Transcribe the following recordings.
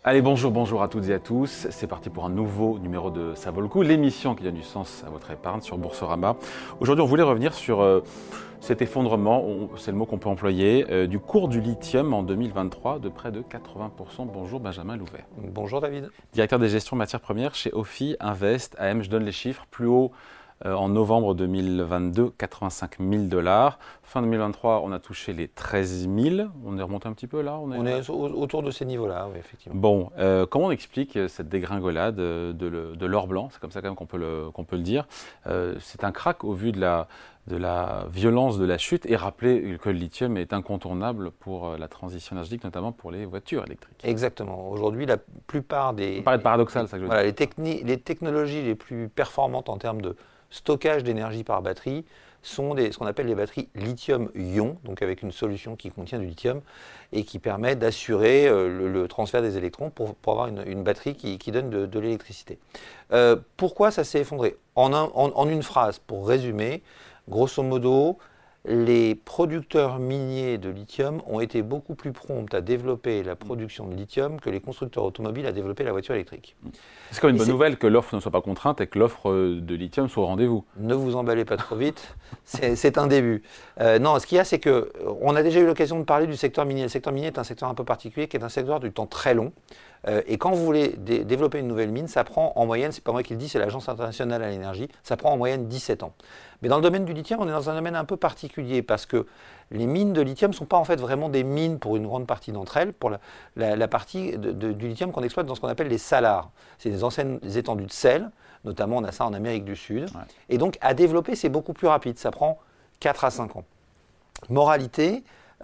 Allez, bonjour à toutes et à tous. C'est parti pour un nouveau numéro de Ça vaut le coup, l'émission qui donne du sens à votre épargne sur Boursorama. Aujourd'hui, on voulait revenir sur cet effondrement, c'est le mot qu'on peut employer, du cours du lithium en 2023 de près de 80%. Bonjour Benjamin Louvet. Bonjour David. Directeur des gestions matières premières chez Ophi Invest AM. Je donne les chiffres. Plus haut en novembre 2022, 85 000 $. Fin 2023, on a touché les 13 000. On est remonté un petit peu là. On est autour de ces niveaux-là, oui, effectivement. Bon, comment on explique cette dégringolade de l'or blanc? C'est comme ça quand même qu'on peut le dire. C'est un krach au vu de la violence de la chute, et rappeler que le lithium est incontournable pour la transition énergétique, notamment pour les voitures électriques. Exactement. Aujourd'hui, la plupart des... Ça paraît paradoxal, ça que je veux dire. Les technologies les plus performantes en termes de stockage d'énergie par batterie sont ce qu'on appelle les batteries lithium-ion, donc avec une solution qui contient du lithium et qui permet d'assurer le transfert des électrons pour avoir une batterie qui donne de l'électricité. Pourquoi ça s'est effondré? En une phrase, pour résumer, grosso modo, les producteurs miniers de lithium ont été beaucoup plus prompts à développer la production de lithium que les constructeurs automobiles à développer la voiture électrique. C'est quand même une bonne nouvelle que l'offre ne soit pas contrainte et que l'offre de lithium soit au rendez-vous. Ne vous emballez pas trop vite, c'est un début. Non, ce qu'il y a, c'est qu'on a déjà eu l'occasion de parler du secteur minier. Le secteur minier est un secteur un peu particulier, qui est un secteur du temps très long. Et quand vous voulez développer une nouvelle mine, ça prend en moyenne, c'est pas moi qui le dis, c'est l'Agence internationale à l'énergie, ça prend en moyenne 17 ans. Mais dans le domaine du lithium, on est dans un domaine un peu particulier parce que les mines de lithium ne sont pas en fait vraiment des mines pour une grande partie d'entre elles, pour la partie du lithium qu'on exploite dans ce qu'on appelle les salars. C'est des anciennes étendues de sel, notamment on a ça en Amérique du Sud. Ouais. Et donc à développer, c'est beaucoup plus rapide, ça prend 4 à 5 ans. Moralité,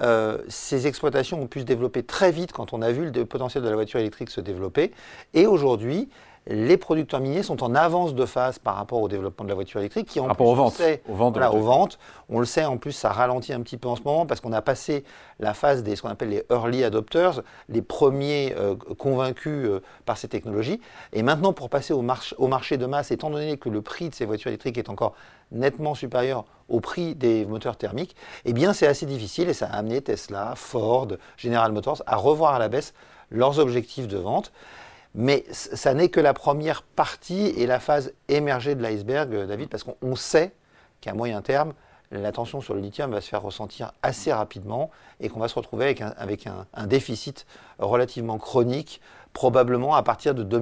ces exploitations ont pu se développer très vite quand on a vu le potentiel de la voiture électrique se développer. Et aujourd'hui, les producteurs miniers sont en avance de phase par rapport au développement de la voiture électrique. Qui en rapport aux ventes. Aux ventes. On le sait, en plus, ça ralentit un petit peu en ce moment parce qu'on a passé la phase ce qu'on appelle les early adopters, les premiers convaincus par ces technologies. Et maintenant, pour passer au marché de masse, étant donné que le prix de ces voitures électriques est encore nettement supérieur au prix des moteurs thermiques, eh bien, c'est assez difficile et ça a amené Tesla, Ford, General Motors à revoir à la baisse leurs objectifs de vente. Mais ça n'est que la première partie et la phase émergée de l'iceberg, David, parce qu'on sait qu'à moyen terme, la tension sur le lithium va se faire ressentir assez rapidement et qu'on va se retrouver avec un déficit relativement chronique, probablement à partir de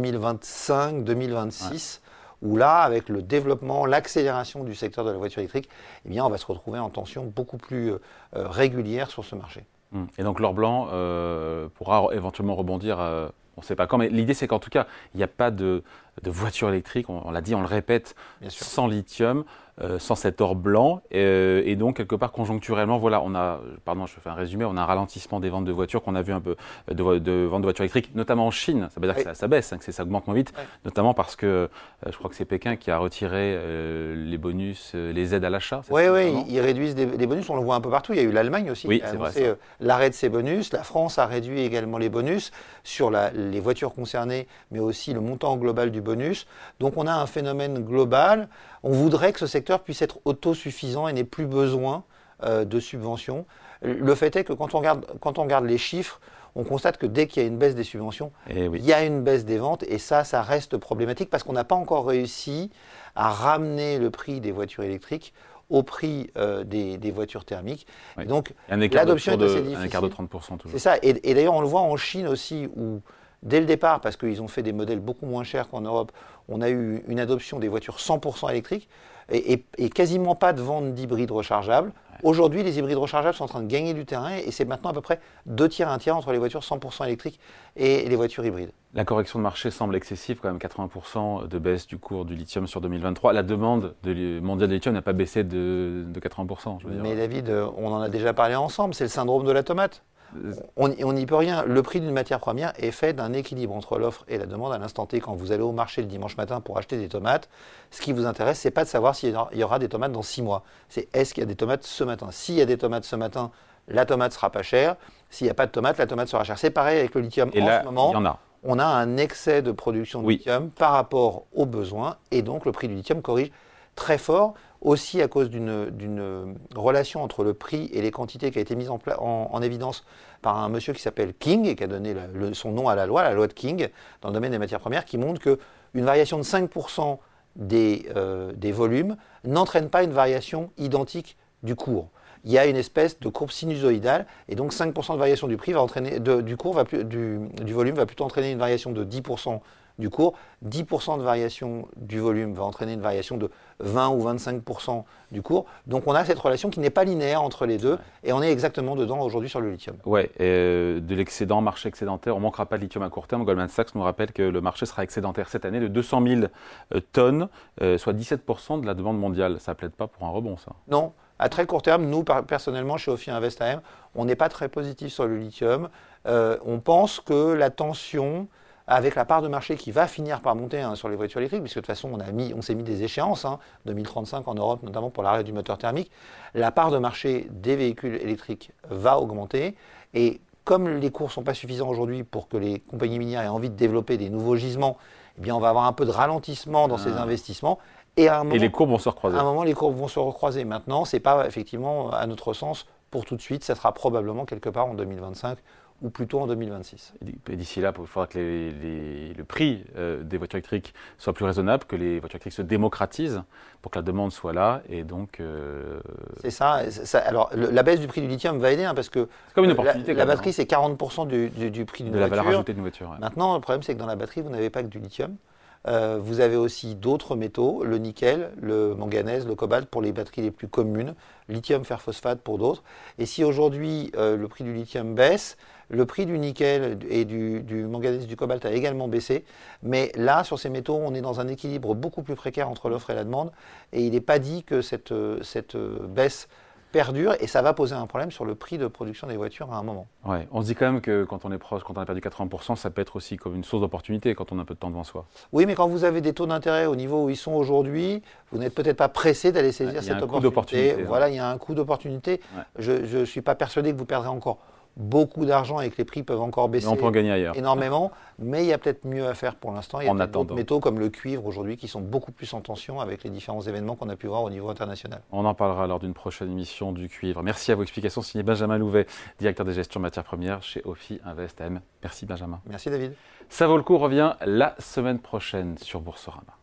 2025-2026, où là, avec le développement, l'accélération du secteur de la voiture électrique, eh bien, on va se retrouver en tension beaucoup plus régulière sur ce marché. Et donc l'or blanc pourra éventuellement rebondir... On ne sait pas quand, mais l'idée c'est qu'en tout cas, il n'y a pas de voiture électrique, on l'a dit, on le répète, sans lithium, sans cet or blanc. Et donc, quelque part, conjoncturellement, voilà, je fais un résumé, on a un ralentissement des ventes de voitures qu'on a vu un peu, de ventes de voitures électriques, notamment en Chine. Ça veut dire que ça baisse, que ça augmente moins vite, notamment parce que je crois que c'est Pékin qui a retiré les bonus, les aides à l'achat. Oui, ils réduisent les bonus, on le voit un peu partout. Il y a eu l'Allemagne aussi qui a annoncé l'arrêt de ses bonus. La France a réduit également les bonus sur les voitures concernées, mais aussi le montant global du bonus. Donc on a un phénomène global. On voudrait que ce secteur puisse être autosuffisant et n'ait plus besoin de subventions. Le fait est que quand on regarde les chiffres, on constate que dès qu'il y a une baisse des subventions, il y a une baisse des ventes et ça reste problématique parce qu'on n'a pas encore réussi à ramener le prix des voitures électriques au prix des voitures thermiques. Oui. Et donc, l'adoption est assez difficile. Un écart de 30% toujours. C'est ça. Et d'ailleurs, on le voit en Chine aussi, où dès le départ, parce qu'ils ont fait des modèles beaucoup moins chers qu'en Europe, on a eu une adoption des voitures 100% électriques et quasiment pas de vente d'hybrides rechargeables. Ouais. Aujourd'hui, les hybrides rechargeables sont en train de gagner du terrain et c'est maintenant à peu près 2 tiers, 1 tiers entre les voitures 100% électriques et les voitures hybrides. La correction de marché semble excessive, quand même 80% de baisse du cours du lithium sur 2023. La demande mondiale de lithium n'a pas baissé de 80%. Je veux dire. Mais David, on en a déjà parlé ensemble, c'est le syndrome de la tomate. On n'y peut rien. Le prix d'une matière première est fait d'un équilibre entre l'offre et la demande à l'instant T. Quand vous allez au marché le dimanche matin pour acheter des tomates, ce qui vous intéresse, ce n'est pas de savoir s'il y aura des tomates dans 6 mois. C'est est-ce qu'il y a des tomates ce matin. S'il y a des tomates ce matin, la tomate sera pas chère. S'il n'y a pas de tomates, la tomate sera chère. C'est pareil avec le lithium. Et là, ce moment, il y en a. On a un excès de production de lithium par rapport aux besoins et donc le prix du lithium corrige très fort, aussi à cause d'une relation entre le prix et les quantités qui a été mise en évidence par un monsieur qui s'appelle King et qui a donné son nom à la loi de King, dans le domaine des matières premières, qui montre qu'une variation de 5% des volumes n'entraîne pas une variation identique du cours. Il y a une espèce de courbe sinusoïdale, et donc 5% de variation du prix du volume va plutôt entraîner une variation de 10% du cours, 10% de variation du volume va entraîner une variation de 20 ou 25% du cours. Donc on a cette relation qui n'est pas linéaire entre les deux, et on est exactement dedans aujourd'hui sur le lithium. Oui, de l'excédent, marché excédentaire, on ne manquera pas de lithium à court terme. Goldman Sachs nous rappelle que le marché sera excédentaire cette année de 200 000 tonnes, soit 17% de la demande mondiale. Ça ne plaide pas pour un rebond, ça? Non. À très court terme, nous, personnellement, chez Ophi Invest AM, on n'est pas très positif sur le lithium. On pense que la tension, avec la part de marché qui va finir par monter sur les voitures électriques, puisque de toute façon, on s'est mis des échéances, 2035 en Europe, notamment pour l'arrêt du moteur thermique, la part de marché des véhicules électriques va augmenter. Et comme les cours ne sont pas suffisants aujourd'hui pour que les compagnies minières aient envie de développer des nouveaux gisements, eh bien, on va avoir un peu de ralentissement dans ces investissements. Et les courbes vont se recroiser. À un moment, les courbes vont se recroiser. Maintenant, ce n'est pas effectivement, à notre sens, pour tout de suite. Ça sera probablement quelque part en 2025 ou plutôt en 2026. Et d'ici là, il faudra que le prix des voitures électriques soit plus raisonnable, que les voitures électriques se démocratisent pour que la demande soit là. Et donc, c'est ça. Alors, la baisse du prix du lithium va aider, parce que c'est comme une opportunité, la batterie, c'est 40% du prix d'une voiture. De la valeur ajoutée d'une voiture. Ouais. Maintenant, le problème, c'est que dans la batterie, vous n'avez pas que du lithium. Vous avez aussi d'autres métaux, le nickel, le manganèse, le cobalt pour les batteries les plus communes, lithium, fer, phosphate pour d'autres. Et si aujourd'hui le prix du lithium baisse, le prix du nickel et du manganèse, du cobalt a également baissé. Mais là, sur ces métaux, on est dans un équilibre beaucoup plus précaire entre l'offre et la demande. Et il n'est pas dit que cette baisse perdure, et ça va poser un problème sur le prix de production des voitures à un moment. Ouais, on se dit quand même que quand on est proche, quand on a perdu 80%, ça peut être aussi comme une source d'opportunité quand on a un peu de temps devant soi. Oui, mais quand vous avez des taux d'intérêt au niveau où ils sont aujourd'hui, vous n'êtes peut-être pas pressé d'aller saisir cette opportunité. Voilà, il y a un coût d'opportunité. Ouais. Je ne suis pas persuadé que vous perdrez encore beaucoup d'argent et que les prix peuvent encore baisser, mais on peut en gagner ailleurs, énormément, mais il y a peut-être mieux à faire pour l'instant. Il y a d'autres métaux comme le cuivre aujourd'hui qui sont beaucoup plus en tension avec les différents événements qu'on a pu voir au niveau international. On en parlera lors d'une prochaine émission du cuivre. Merci à vos explications, signé Benjamin Louvet, directeur des gestions matières premières chez Ophi Invest AM. Merci Benjamin. Merci David. Ça vaut le coup, revient la semaine prochaine sur Boursorama.